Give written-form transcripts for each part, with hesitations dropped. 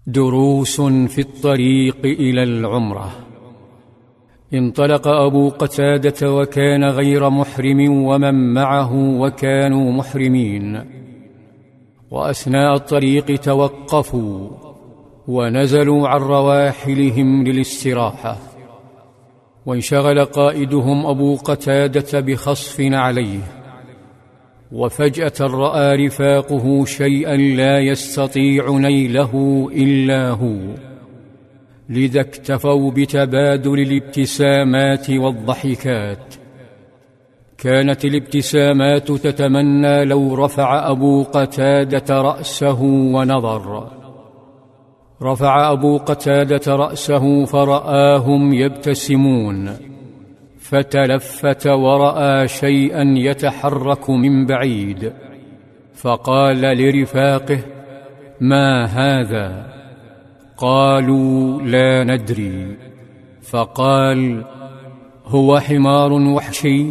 دروس في الطريق إلى العمرة. انطلق أبو قتادة وكان غير محرم ومن معه وكانوا محرمين، وأثناء الطريق توقفوا ونزلوا عن رواحلهم للاستراحة، وانشغل قائدهم أبو قتادة بخصف عليه، وفجأة رأى رفاقه شيئا لا يستطيع نيله إلا هو، لذا اكتفوا بتبادل الابتسامات والضحكات. كانت الابتسامات تتمنى لو رفع أبو قتادة رأسه ونظر. رفع أبو قتادة رأسه فرآهم يبتسمون، فتلفت ورأى شيئا يتحرك من بعيد، فقال لرفاقه: ما هذا؟ قالوا: لا ندري. فقال: هو حمار وحشي؟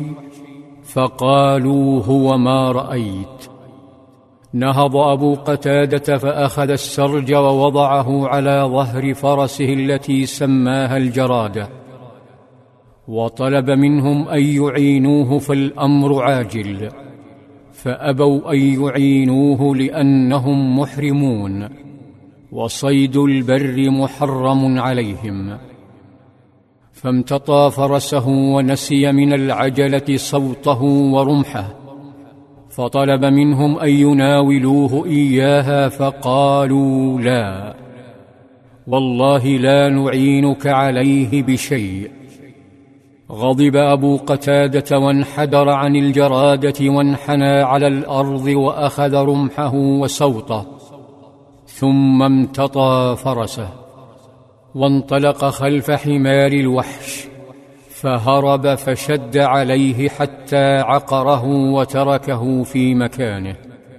فقالوا: هو ما رأيت. نهض أبو قتادة فأخذ السرج ووضعه على ظهر فرسه التي سماها الجرادة، وطلب منهم أن يعينوه فالأمر عاجل، فأبوا أن يعينوه لأنهم محرمون، وصيد البر محرم عليهم. فامتطى فرسه ونسي من العجلة صوته ورمحه، فطلب منهم أن يناولوه إياها، فقالوا: لا والله لا نعينك عليه بشيء. غضب أبو قتادة وانحدر عن الجرادة وانحنى على الأرض وأخذ رمحه وسوطه، ثم امتطى فرسه وانطلق خلف حمار الوحش، فهرب فشد عليه حتى عقره وتركه في مكانه.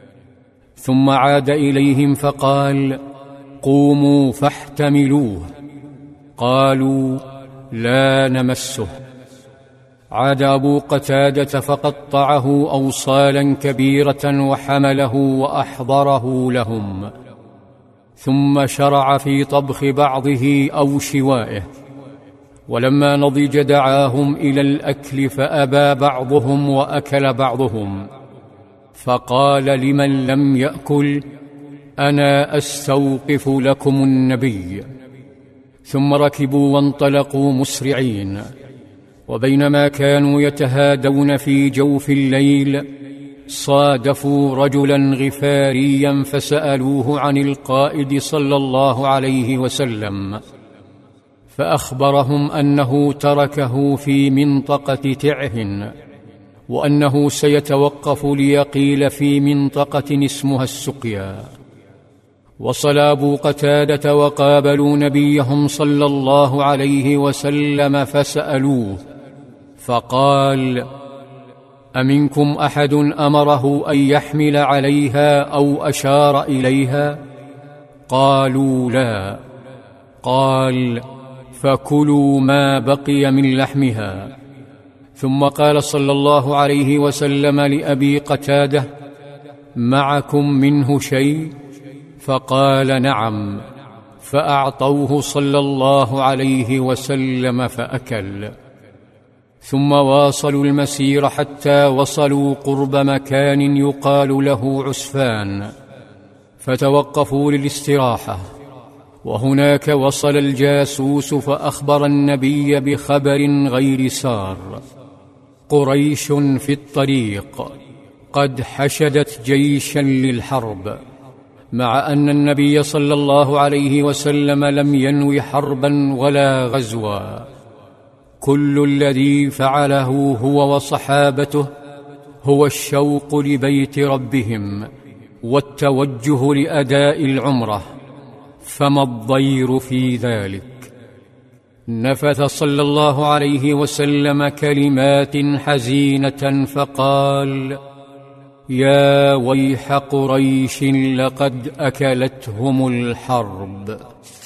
ثم عاد إليهم فقال: قوموا فاحتملوه. قالوا: لا نمسه. عاد أبو قتادة فقطعه أوصالا كبيرة وحمله وأحضره لهم، ثم شرع في طبخ بعضه أو شوائه، ولما نضج دعاهم إلى الأكل فأبى بعضهم وأكل بعضهم، فقال لمن لم يأكل: أنا أستوقف لكم النبي. ثم ركبوا وانطلقوا مسرعين، وبينما كانوا يتهادون في جوف الليل صادفوا رجلا غفاريا فسألوه عن القائد صلى الله عليه وسلم، فأخبرهم أنه تركه في منطقة تعه، وأنه سيتوقف ليقيل في منطقة اسمها السقيا. وصل أبو قتادة وقابلوا نبيهم صلى الله عليه وسلم فسألوه، فقال: أمنكم أحد أمره أن يحمل عليها أو أشار إليها؟ قالوا: لا. قال: فكلوا ما بقي من لحمها. ثم قال صلى الله عليه وسلم لأبي قتادة: معكم منه شيء؟ فقال: نعم. فأعطوه صلى الله عليه وسلم فأكل. ثم واصلوا المسير حتى وصلوا قرب مكان يقال له عسفان، فتوقفوا للاستراحة، وهناك وصل الجاسوس فأخبر النبي بخبر غير سار: قريش في الطريق قد حشدت جيشا للحرب، مع أن النبي صلى الله عليه وسلم لم ينو حربا ولا غزوا. كل الذي فعله هو وصحابته هو الشوق لبيت ربهم والتوجه لأداء العمرة، فما الضير في ذلك؟ نفث صلى الله عليه وسلم كلمات حزينة فقال: يا ويح قريش لقد أكلتهم الحرب.